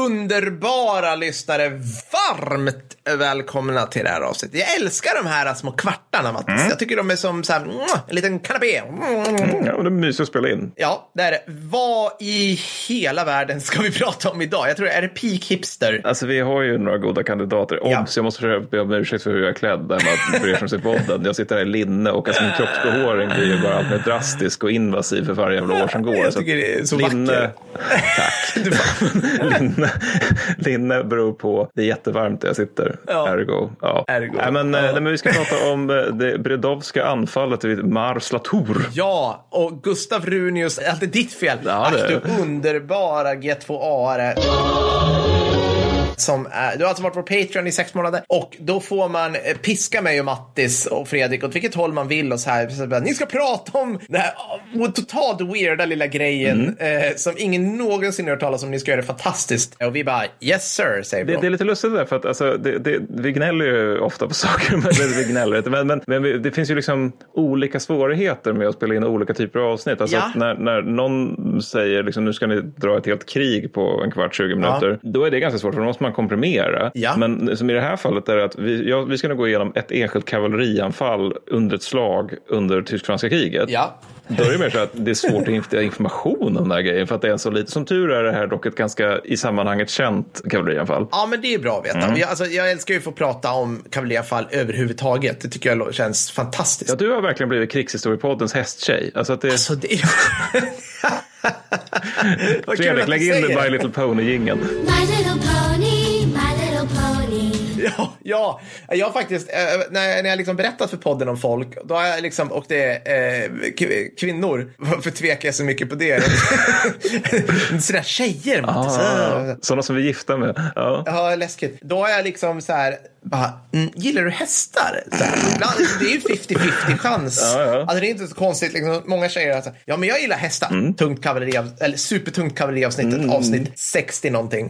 underbara lyssnare, varmt välkomna till det här avsnittet. Jag älskar de här små kvartarna, Mattis. Jag tycker de är som så här, en liten kanapé. Ja, och det är mysigt att spela in. Ja, det är det. Vad i hela världen ska vi prata om idag? Jag tror, är det peak hipster? Alltså vi har ju några goda kandidater. Så jag måste försöka be om ursäkt för hur jag är klädd. För er som ser podden. Jag sitter här i linne och alltså min kroppsbehåring blir ju bara allt mer drastisk och invasiv för varje jävla år som går. Jag tycker det är så linne, tack. linne beror på, det är jättevarmt där jag sitter. Ergo. Nej, men vi ska prata om det Bredowska anfallet vid Mars Latour. Ja, och Gustav Runius, allt är ditt fel. Ja, det. Du underbara G2A-are. Du har alltså varit på Patreon i 6 månader och då får man piska mig och Mattis och Fredrik åt vilket håll man vill och så här. Ni ska prata om det här totalt weirda lilla grejen som ingen någonsin hört talas om. Ni ska göra det fantastiskt. Och vi bara, yes sir, säger vi. Det är lite lustigt där för att alltså, vi gnäller ju ofta på saker men det finns ju liksom olika svårigheter med att spela in olika typer av avsnitt. Alltså att när någon säger liksom, nu ska ni dra ett helt krig på en kvart, 20 minuter, då är det ganska svårt för då måste man komprimera. Men som i det här fallet är det att vi ska nu gå igenom ett enskilt kavallerianfall under ett slag under tysk-franska kriget. Då är det mer så att det är svårt att hitta information om den här grejen för att det är så lite. Som tur är det här dock ett ganska i sammanhanget känt kavallerianfall. Ja, men det är bra att veta. Jag älskar ju att få prata om kavallerianfall överhuvudtaget. Det tycker jag känns fantastiskt. Ja, du har verkligen blivit krigshistoriepoddens hästtjej. Alltså att det... Alltså det är... Fredrik, lägg in My Little Pony-jingeln. My little pony, my little pony. Ja, jag faktiskt när jag liksom berättat för podden om folk, då har jag liksom, och det är kvinnor, varför tvekar jag så mycket på det? Sådär tjejer, sådana som vi är gifta med. Ja, läskigt. Då har jag liksom så här bara, gillar du hästar? Så här, det är ju 50-50 chans. Alltså det är inte så konstigt liksom, många tjejer alltså, ja men jag gillar hästar. Tungt kavalleri, eller supertungt kavalleriavsnittet, avsnitt 60 någonting.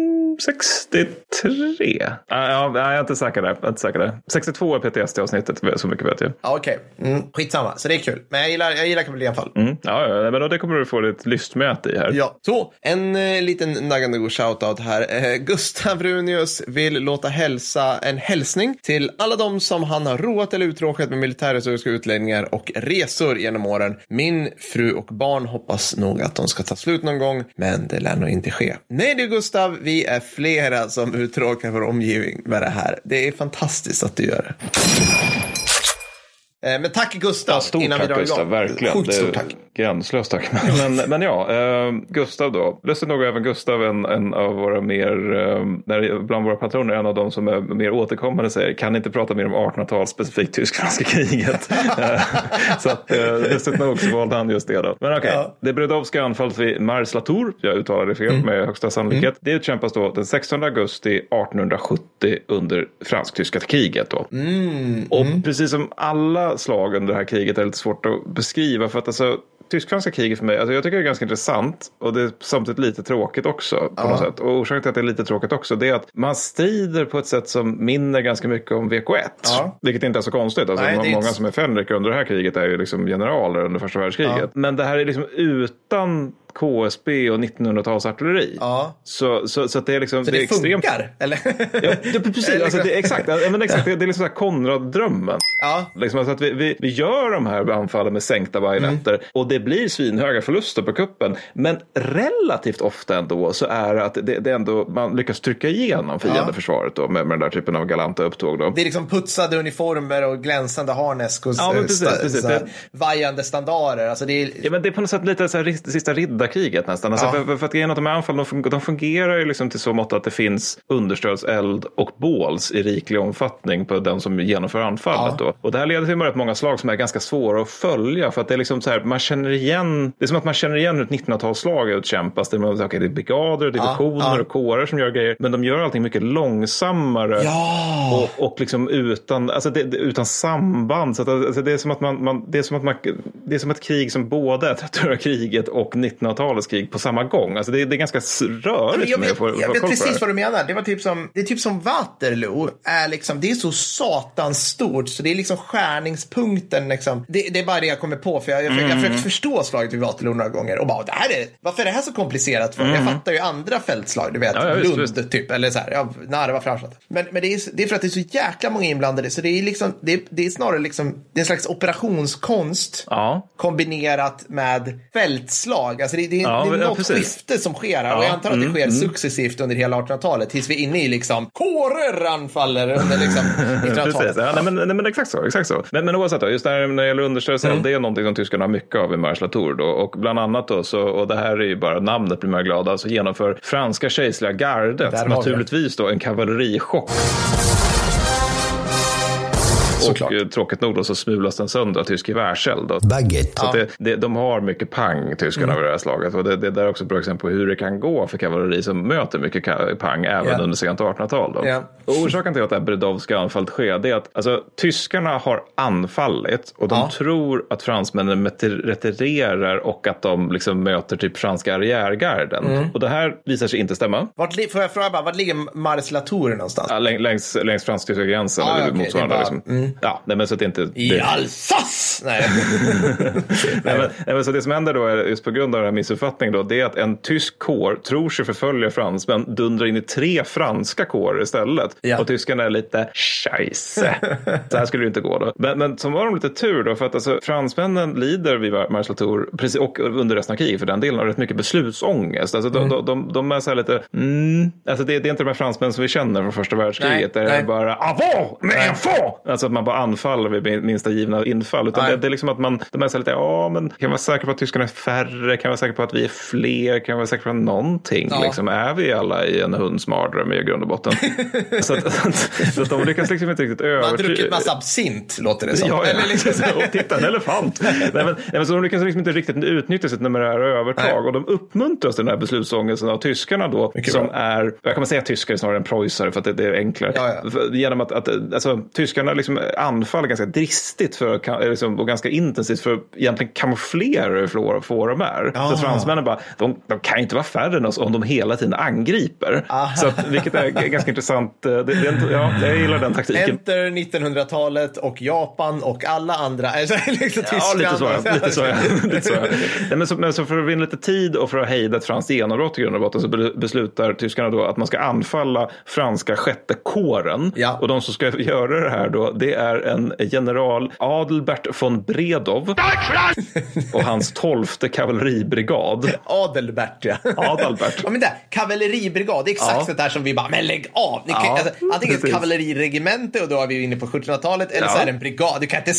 63. Jag är inte säker där. 62 är PTSD-avsnittet, så mycket vet jag. Okej. Skitsamma, så det är kul. Men jag gillar kavalleri i alla fall. Men då det kommer du få ett lystmäte i här. Ja, så en liten naggande god shoutout här. Gustav Runius vill låta hälsa en hälsning till alla de som han har roat eller uttråkat med militärhistoriska utläggningar och resor genom åren. Min fru och barn hoppas nog att de ska ta slut någon gång, men det lär nog inte ske. Nej du Gustav, vi är flera som uttråkar vår omgivning med det här. Det är fantastiskt att du gör det. Men tack Gustav. Stort tack Gustav, verkligen. Stort tack. Gränslöst tack. Men Gustav då. Lustigt nog även Gustav en av våra mer, bland våra patroner, en av de som är mer återkommande säger, kan inte prata mer om 1800-tal, specifikt tysk-franska kriget. Så att lustigt nog så valde han just det då. Men okej, det Bredowska anfallet vid Mars Latour, jag uttalade det fel med högsta sannolikhet, det utkämpas då den 16 augusti 1870 under fransk-tyska kriget då. Och precis som alla slag under det här kriget är lite svårt att beskriva för att alltså tysk-franska kriget för mig, alltså jag tycker det är ganska intressant och det är samtidigt lite tråkigt också på något sätt. Och orsaken till att det är lite tråkigt också, det är att man strider på ett sätt som minner ganska mycket om VK1. Vilket inte är så konstigt. Alltså, många som är fänriker under det här kriget är ju liksom generaler under första världskriget. Men det här är liksom utan KSB och 1900-talsartilleri. Så att det är liksom... Så det extremt... funkar, eller? Ja, precis. Alltså, det är exakt. Men exakt, det är liksom så här Konrad-drömmen. Liksom, alltså att vi gör de här anfallen med sänkta bajonetter och det blir svinhöga förluster på kuppen. Men relativt ofta ändå så är att det ändå, man lyckas trycka igenom fiendeförsvaret då med den där typen av galanta upptåg då. Det är liksom putsade uniformer och glänsande harnesk och precis. vajande standarder. Alltså det är... Ja, men det är på något sätt lite så här sista riddarkriget nästan. Alltså för att grejen att de här anfallen, de fungerar ju liksom till så mått att det finns understödseld och båls i riklig omfattning på den som genomför anfallet då. Och det här leder till rätt många slag som är ganska svåra att följa för att det är liksom så här, man känner igen, det är som att man känner igen hur ett 1900-talslag utkämpas. Det är brigader, divisioner och kårer som gör grejer, men de gör allting mycket långsammare och liksom utan samband. Så att, alltså, det är som att det är som ett krig som både är 30-åriga kriget och 1900 1800-talets krig på samma gång. Alltså det är ganska rörigt. Jag vet precis vad du menar. Det är typ som Waterloo är liksom, det är så satans stort så det är liksom skärningspunkten liksom. Det är bara det jag kommer på för jag försöker förstå slaget vid Waterloo några gånger och bara varför är det här så komplicerat för? Jag fattar ju andra fältslag, du vet, Lund typ eller så här, Narva framförallt. Men det är för att det är så jäkla många inblandade så det är liksom det är snarare liksom det är en slags operationskonst kombinerat med fältslag. Alltså det är något skifte som sker och jag antar att det sker successivt under hela 1800-talet tills vi är inne i liksom kårer anfaller under liksom 1900-talet. Nej, men exakt så. Men oavsett då, just när det gäller understödseld, det är någonting som tyskarna har mycket av i Mars La Tour då, och bland annat då så, och det här är ju bara namnet blir man glad av, så genomför franska kejserliga gardet naturligtvis då en kavallerichock. Såklart. Och tråkigt nog då så smulas den sönder av tysk gevärseld. Så att de har mycket pang, tyskarna, vid det här slaget. Och det är där också ett bra exempel på hur det kan gå för kavalleri som möter mycket pang även under sent 1800-tal. Då. Och orsaken till att det här Bredowska anfallet sker, det är att alltså, tyskarna har anfallit och de tror att fransmännen retirerar och att de liksom möter typ franska arriärgarden. Och det här visar sig inte stämma. Får jag fråga bara, vart ligger Mars La Tour någonstans? Ja, längs fransk-tyska gränsen eller motsvarande liksom. Ja, nej, men så att det inte... I Alsace! Nej. men så det som händer då är just på grund av den här missuppfattningen då, det är att en tysk kår tror sig förfölja fransmän, dundrar in i 3 franska kårer istället. Och tyskarna är lite scheisse. Så här skulle det inte gå då. Men som var de lite tur då, för att alltså, fransmännen lider vid Mars La Tour, precis, och under resten av kriget för den delen har rätt mycket beslutsångest. Alltså de är så här lite... Alltså det är inte de här fransmän som vi känner från första världskriget. Det är bara avant, mais enfant! Alltså att man bara anfaller vid minsta givna infall. Utan det är liksom att de är så lite, men kan vara säker på att tyskarna är färre, kan vara säker på att vi är fler, kan vara säker på någonting. Liksom, är vi alla i en hundsmardröm i grund och botten? så att de lyckas liksom inte riktigt övertyga. Man har druckit massa absint, låter det som. Ja. Eller liksom och titta, en elefant. men så de lyckas liksom inte riktigt utnyttja sitt numerära övertag. Och de uppmuntras till den här beslutsångesten av tyskarna då, som är, jag kan säga tyskar snarare än preussare för att det är enklare. Genom att alltså, tyskarna liksom anfaller ganska dristigt för, liksom, och ganska intensivt för egentligen kamouflera hur få de är. Så fransmännen bara, de kan inte vara färre än oss om de hela tiden angriper. Så att, vilket är ganska intressant. Jag gillar den taktiken. Enter 1900-talet och Japan och alla andra. Liksom lite så. Men så för att vinna lite tid och för att hejda ett franskt genombrott i grund och botten så beslutar tyskarna då att man ska anfalla franska 6:e kåren. Och de som ska göra det här då, det är en general Adelbert von Bredow och hans 12:e kavalleribrigad. Adelbert, Adalbert. Men det kavalleribrigad, det är exakt det där som vi bara, men lägg av. Antingen ett kavalleriregemente och då är vi inne på 1700-talet eller så är det en brigad. Du kan inte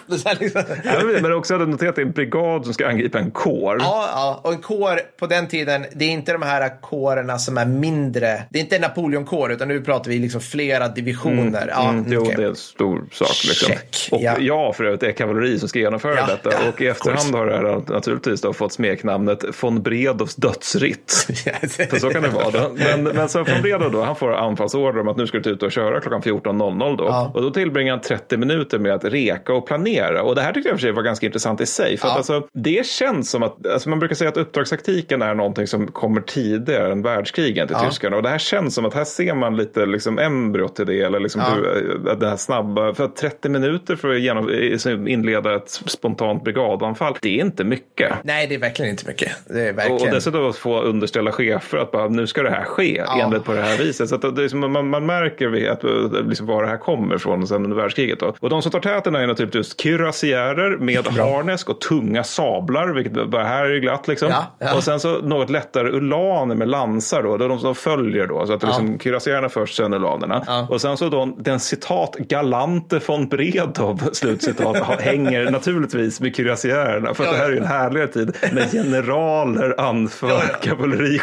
men också hade noterat att det är en brigad som ska angripa en kår. Och en kår på den tiden, det är inte de här kårerna som är mindre. Det är inte en Napoleonkår utan nu pratar vi liksom flera divisioner. Jo, det är en stor sak liksom. Och för övrigt är kavalleri som ska genomföra detta. Och i efterhand har det här naturligtvis då fått smeknamnet von Bredows dödsritt. För så kan det vara då. Men så von Bredow då, han får anfallsorder om att nu ska du ut och köra klockan 14.00 då. Och då tillbringar han 30 minuter med att reka och planera. Och det här tyckte jag för sig var ganska intressant i sig. För att alltså, det känns som att, alltså man brukar säga att uppdragstaktiken är någonting som kommer tidigare än världskrigen till tyskarna. Och det här känns som att här ser man lite liksom embryot till det. Eller liksom det här snabba, för att 30 minuter för att inleda ett spontant brigadanfall, det är inte mycket. Nej, det är verkligen inte mycket. Det är verkligen... Och dessutom att få underställa chefer att bara, nu ska det här ske enligt på det här viset. Så att det är som man märker att liksom var det här kommer från sen under världskriget då. Och de som tar täten är naturligtvis kürassiärer med harnesk och tunga sablar, vilket bara här är glatt liksom. Och sen så något lättare ulaner med lansar då, de som följer då. Så att liksom kürassiärerna först, sen ulanerna. Och sen så då den citat galante von Bredow slutcitat hänger naturligtvis med kürassiärerna för att det här är ju en härligare tid när generaler anför kavallerichock.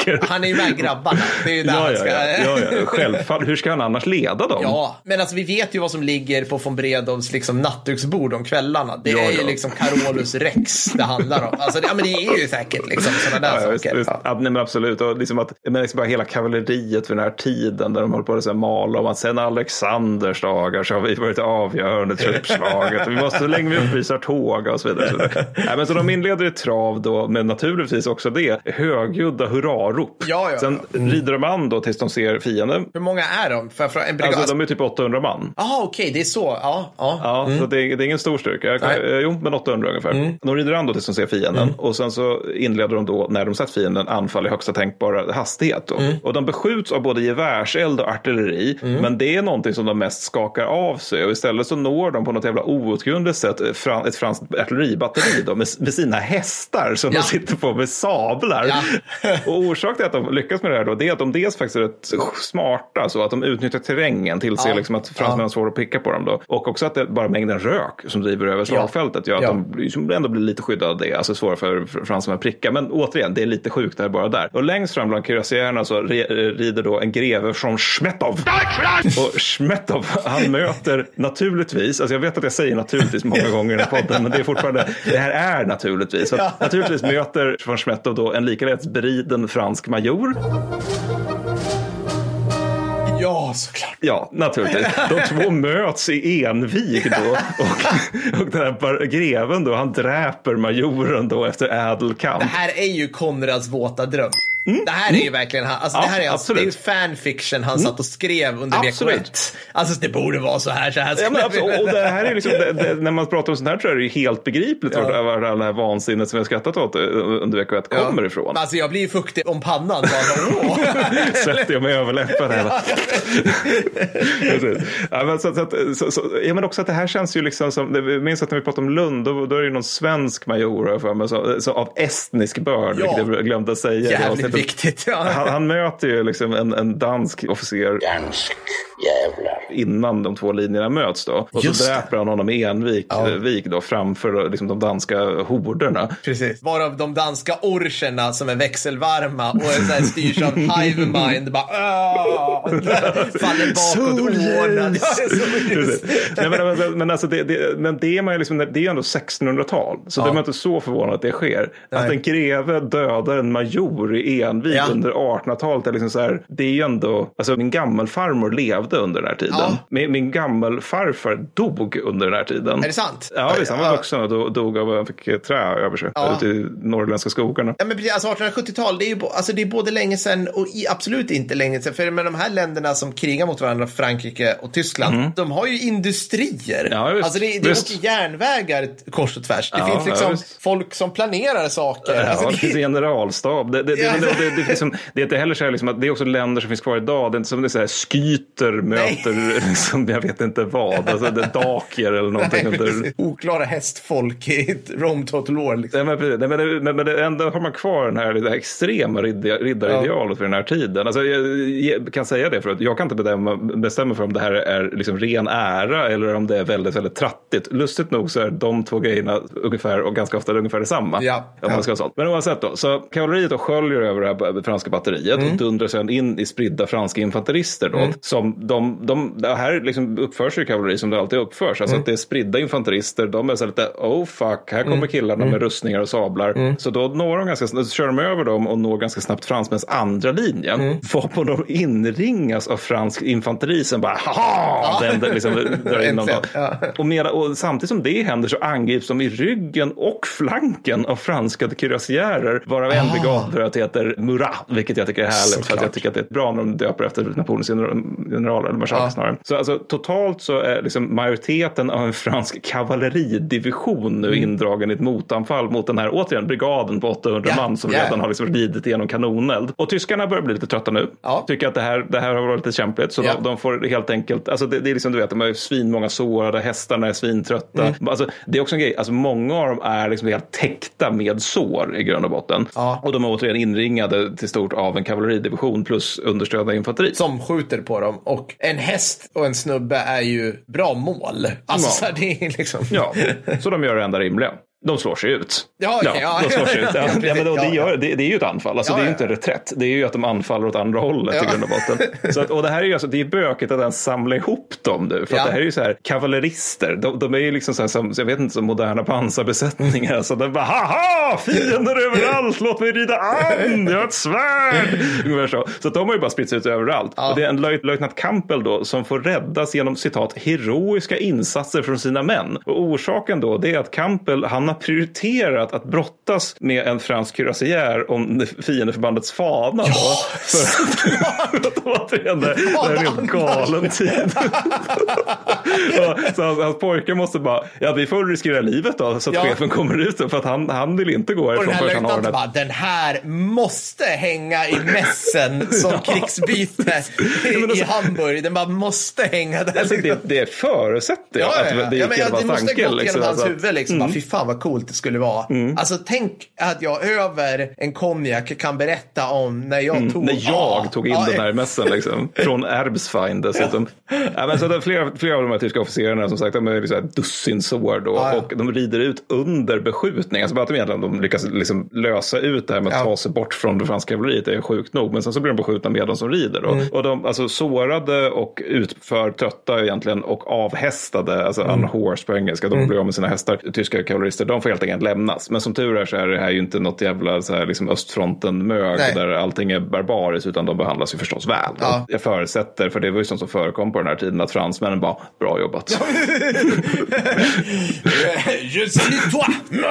tanker. Han är ju med grabbarna. Det är ju där han ska... Ja, självfallet. Hur ska han annars leda dem? Ja, men alltså vi vet ju vad som ligger på von Bredovs liksom nattduksbord om kvällarna. Det är ju liksom Carolus Rex det handlar om. Alltså men det är ju säkert liksom sådana där saker. Visst. Ja, men absolut. Och liksom att, men liksom bara hela kavalleriet för den här tiden där de håller på att mala om att sen Alexanders dagar så har vi varit avgörande truppslaget. Vi måste så länge vi uppvisar tåg och så vidare. Nej, men så de inleder ett trav då med naturligtvis också det högljudda hurrarop. Ja. Sen rider de an då tills de ser fienden. Hur många är de? Alltså de är typ 800 man. Jaha, okej, det är så. Ja, så det är ingen stor styrka. Jo, men 800 ungefär. De rider an då tills de ser fienden. Och sen så inleder de då, när de sett fienden, anfall i högsta tänkbara hastighet då. Och de beskjuts av både gevärseld och artilleri. Men det är någonting som de mest skakar av sig. Och istället så når de på något jävla outgrundligt sätt ett franskt artilleribatteri då, med sina hästar som de sitter på med sablar. Och orsaken till att de lyckas med det här då, det är att de dels faktiskt är rätt smarta, så att de utnyttjar terrängen till sig liksom att fransmännen svår att picka på dem då. Och också att det bara mängden rök som driver över slagfältet gör att de liksom ändå blir lite skyddade av det. Alltså svåra för fransmännen att pricka. Men återigen, det är lite sjukt där bara där. Och längst fram bland kürassierna så rider då en greve från Schmetov. Och Schmetov, han möter naturligtvis, alltså jag vet att jag säger naturligtvis många gånger i den här podden, men det är fortfarande, det här är naturligtvis. Så naturligtvis möter från Schmetov då en likaledes beriden fransk major. Ja, såklart. Ja, naturligtvis. De två möts i envig då. Och den här greven då, han dräper majoren då efter ädel kamp. Det här är ju Konrads våta dröm. Det här är ju verkligen alltså det här är det är fanfiction han satt och skrev under VK1. Alltså det borde vara så här och det här är liksom när man pratar om sånt här tror jag det är helt begripligt var det här vansinnet som jag skrattat åt under VK1 kommer ifrån. Alltså jag blir ju fuktig om pannan sätter jag mig överläppen här. Men också att det här känns ju liksom som, jag minns att när vi pratade om Lund då är det ju någon svensk major för mig, så av estnisk börd, vilket jag glömde att säga. Jävligt viktigt. Han möter ju liksom en dansk officer. Dansk jävlar. Innan de två linjerna möts då. Och så dräper han honom i envik då framför liksom de danska horderna. Precis. Varav de danska orcherna som är växelvarma och så här styrs av hive mind bara faller bakåt oordnad. Men alltså men det är man ju liksom, det är ju ändå 1600-tal. Så det är man inte så förvånad att det sker. Nej. Att en greve dödar en major i envig under 1800-talet är liksom så här, det är ju ändå, alltså min gammelfarmor levde under den här tiden. Min gammelfarfar dog under den här tiden. Är det sant? Ja, visst, han var vuxen och dog av han fick trä över sig ute i norrländska skogarna. Ja, men precis, alltså 1870-tal, det är ju alltså det är både länge sedan och absolut inte länge sedan, för med de här länderna som krigar mot varandra, Frankrike och Tyskland, de har ju industrier. Ja, visst, alltså det åker järnvägar kors och tvärs. Det finns liksom folk som planerar saker. Ja, alltså, det finns generalstab. Det är inte heller så här liksom att det är också länder som finns kvar idag. Det är inte som det är så här skyter möter liksom, jag vet inte vad. Alltså det är dakier eller någonting. Oklara hästfolk i Rome Total War. Liksom. Men det ändå har man kvar det här extrema riddaridealet för den här tiden. Alltså, jag kan säga det för att jag kan inte bestämma för om det här är liksom ren ära eller om det är väldigt, väldigt trattigt. Lustigt nog så är de två grejerna ungefär och ganska ofta ungefär detsamma. Om man ska ha sånt. Men oavsett då, så kavalleriet då sköljer över det här franska batteriet och dundrar sedan in i spridda franska infanterister då, som det här liksom uppför sig kavalleri som det alltid uppförs. Alltså att det är spridda infanterister, de är så lite, oh fuck, här kommer killarna med rustningar och sablar. Så då når de ganska snabbt, kör de över dem och når ganska snabbt fransmäns andra linjen. Varpå de inringas av fransk infanteri som bara, haha! Den liksom drar in dem då. Och samtidigt som det händer så angrips de i ryggen och flanken av franska kürassiärer, varav en brigadbröt heter Murat, vilket jag tycker är härligt, för att jag tycker att det är bra när de döper efter Napoleons general eller marskalk snarare. Så alltså totalt så är liksom majoriteten av en fransk kavalleridivision nu indragen i ett motanfall mot den här återigen brigaden på 800 man som redan har liksom ridit igenom kanoneld. Och tyskarna börjar bli lite trötta nu. Tycker att det här har varit lite kämpligt, så de får helt enkelt, alltså det är liksom, du vet, de är svinmånga sårade, hästarna är svintrötta. Alltså det är också en grej, alltså många av dem är liksom helt täckta med sår i grund och botten. Och de är återigen inringade till stort av en kavalleridivision plus understödda infanteri. Som skjuter på dem. Och en häst och en snubbe är ju bra mål. Alltså det är liksom... Ja, så de gör det enda rimliga. De slår sig ut. Ja, okej, ja. De slår sig ut. Ja, Ja, men det är ju ett anfall. Alltså, Ja, det är ju ja. inte en reträtt. Det är ju att de anfaller åt andra hållet i grund och botten. Så att, och det här är ju alltså, det är bökigt att ens samla ihop dem nu. För att det här är ju så här kavallerister. De är ju liksom så här, som, jag vet inte, som moderna pansarbesättningar. Alltså de bara, haha, fiender överallt, låt mig rida an, jag har ett svärd. Ungefär så. Så att de har ju bara spritts ut överallt. Ja. Och det är en löjtnant Campbell då som får räddas genom citat heroiska insatser från sina män. Och orsaken då, det är att Campbell, han har prioriterat att brottas med en fransk cuirassier om fiendeförbandets fana då. För att återigen, det är en helt galen tid. Så hans pojkar måste bara, ja, vi får riskera livet då, så att chefen kommer ut, för att han vill inte gå härifrån förrän han har den här. Den här måste hänga i mässen som krigsbyte i Hamburg. Den bara måste hänga där. Alltså, det förutsätter jag. Att det måste gå liksom, genom hans huvud liksom. Fy fan vad coolt det skulle vara. Alltså tänk att jag över en konjak kan berätta om när jag tog in den här mässen liksom. Från Erbsfein dessutom. Ja, men så det flera av de här tyska officerarna som sagt, de är liksom dussinsår då, och de rider ut under beskjutning. Alltså bara att de lyckas liksom lösa ut det här med att ta sig bort från det franska kavalleriet, det är sjukt nog. Men sen så blir de beskjutna med de som rider då. Och de alltså sårade och utför trötta egentligen och avhästade, alltså unhorsed på engelska, de blir av med sina hästar, tyska kavallerister, de får helt enkelt lämnas. Men som tur är så är det här ju inte något jävla så här, liksom östfronten mög där allting är barbariskt, utan de behandlas ju förstås väl. Jag förutsätter, för det var ju sånt som förekom på den här tiden, att fransmännen bara, bra jobbat. Je salue toi!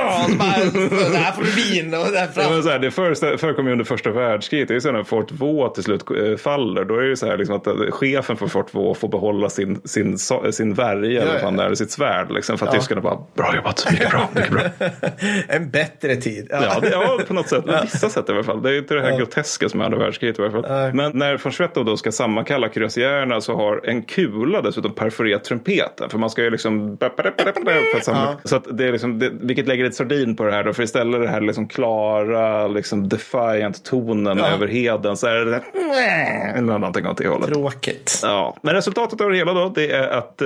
Det här får du vin och därför. Det förekom ju under första världskriget. Det är så när Fort Vaux till slut faller, då är det så här liksom att chefen för Fort Vaux får behålla sin värja eller sitt svärd liksom, för att tyskarna bara, bra jobbat, mycket bra. En bättre tid. Ja, på något sätt, på vissa sätt i alla fall. Det är inte det här groteska som är andra världskriget i alla fall. Men när von Schwettow då ska sammankalla kürassiererna, så har en kula dessutom perforerat trumpeten, för man ska ju liksom så att det är liksom vilket lägger ett sardin på det här då, för istället det här liksom klara liksom defiant tonen över heden, så är det eller någonting åt det hållet. Tråkigt. Ja, men resultatet av det hela då, det är att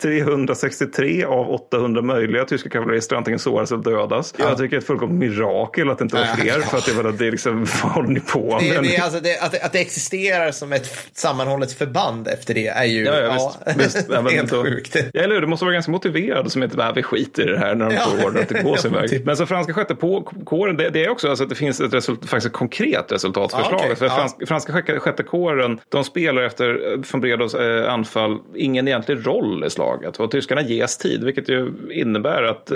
363 av 800 möjliga tyska kavallerister antingen såras eller dödas. Jag tycker det är ett fullkomligt mirakel att det inte var fler, för att det är liksom, vad håller ni på med? Det är alltså att det existerar som ett sammanhållet förband efter det är ju visst. helt sjukt. Ja, eller hur? Det måste vara ganska motiverad som inte vi skiter i det här när de får order att det går sin väg. Men så franska sjätte på kåren, det är också alltså att det finns faktiskt ett konkret resultat för slaget. För franska sjätte kåren, de spelar efter von Bredows anfall ingen egentlig roll i slaget. Och tyskarna ges tid, vilket ju innebär att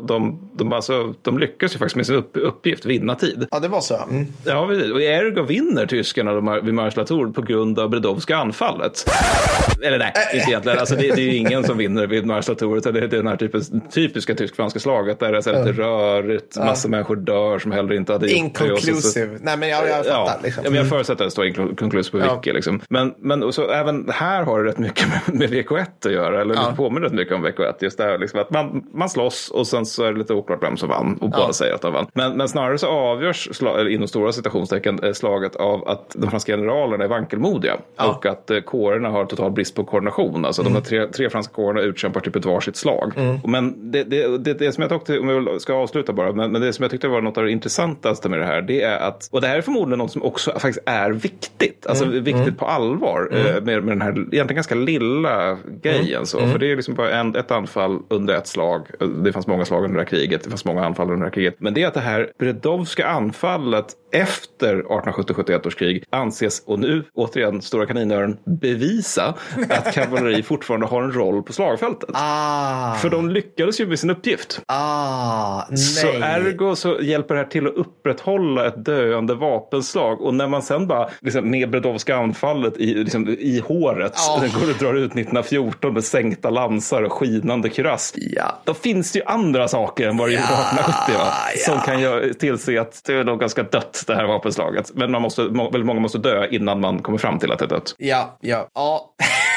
de lyckas ju faktiskt med sin uppgift, vinna tid. Ja, det var så. Ja, och ergo vinner tyskarna vid Marche la Tour på grund av Bredowska anfallet. Eller nej, inte egentligen. Alltså, det är ju ingen som vinner vid Marche la Tour, utan det är den här typiska tysk-franska slaget där det är lite rörigt, massa människor dör som heller inte hade inconclusive. Nej, men jag fattar. Liksom. Men jag förutsätter att det står inconclusive på wiki. Liksom. Men så även här har det rätt mycket med VK1 att göra, eller det påminner rätt mycket om VK1, just där liksom, att man slåss och sen så är det lite oklart vem som vann och bara säger att de vann. Men snarare så avgörs inom stora citationstecken slaget av att de franska generalerna är vankelmodiga och att kårerna har total brist på koordination. Alltså de här tre franska kårerna utkämpar typ ett varsitt slag. Men det som jag tyckte, om jag ska avsluta bara, men det som jag tyckte var något av det intressantaste med det här, det är att, och det här är förmodligen något som också faktiskt är viktigt, alltså viktigt på allvar med den här egentligen ganska lilla grejen så, för det är liksom bara ett anfall under ett slag. Det fanns många slag under det här kriget, det fanns många anfall under det här kriget, men det är att det här Bredowska anfallet efter 1870-71 års krig anses, och nu återigen stora kaninöron, bevisa att kavalleri fortfarande har en roll på slagfältet. För de lyckades ju med sin uppgift. Nej. Så ergo så hjälper det här till att upprätthålla ett döende vapenslag, och när man sen bara liksom, med Bredowska anfallet i håret den går och drar ut 1914 med sänkta lansar och skinande krass, då finns det ju andra saker än vad det gjorde 1870 som kan tillse att det är nog ganska dött det här vapenslaget, men väldigt många måste dö innan man kommer fram till att det är dött.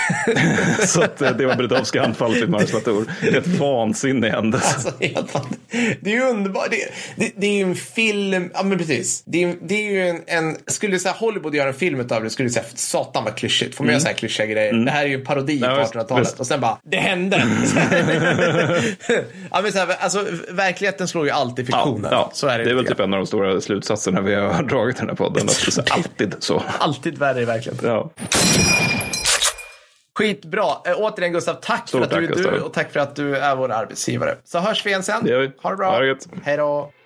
Så att det var Bredowski anfallet vid Mars-dator. Ett vansinne hände. Alltså, det är ju underbart. Det är ju en film. Ja, men precis. Det är ju en skulle säga Hollywood göra en film utav det, skulle säga satan vad klyschigt. Får man göra så här klyschiga grejer. Det här är ju en parodi på 1800-talet. Och sen bara, det hände. Ja, men så här, alltså, verkligheten slår ju alltid fiktionen. Ja, så är det. Det är väl typ en av de stora slutsatserna vi har dragit i den här podden. Att det är alltid så. Alltid värre i verkligheten. Ja. Skitbra. Återigen Gustav, tack för att du är du och tack för att du är vår arbetsgivare. Så hörs vi igen sen. Det gör vi. Ha det bra. Ha det gött. Hej då.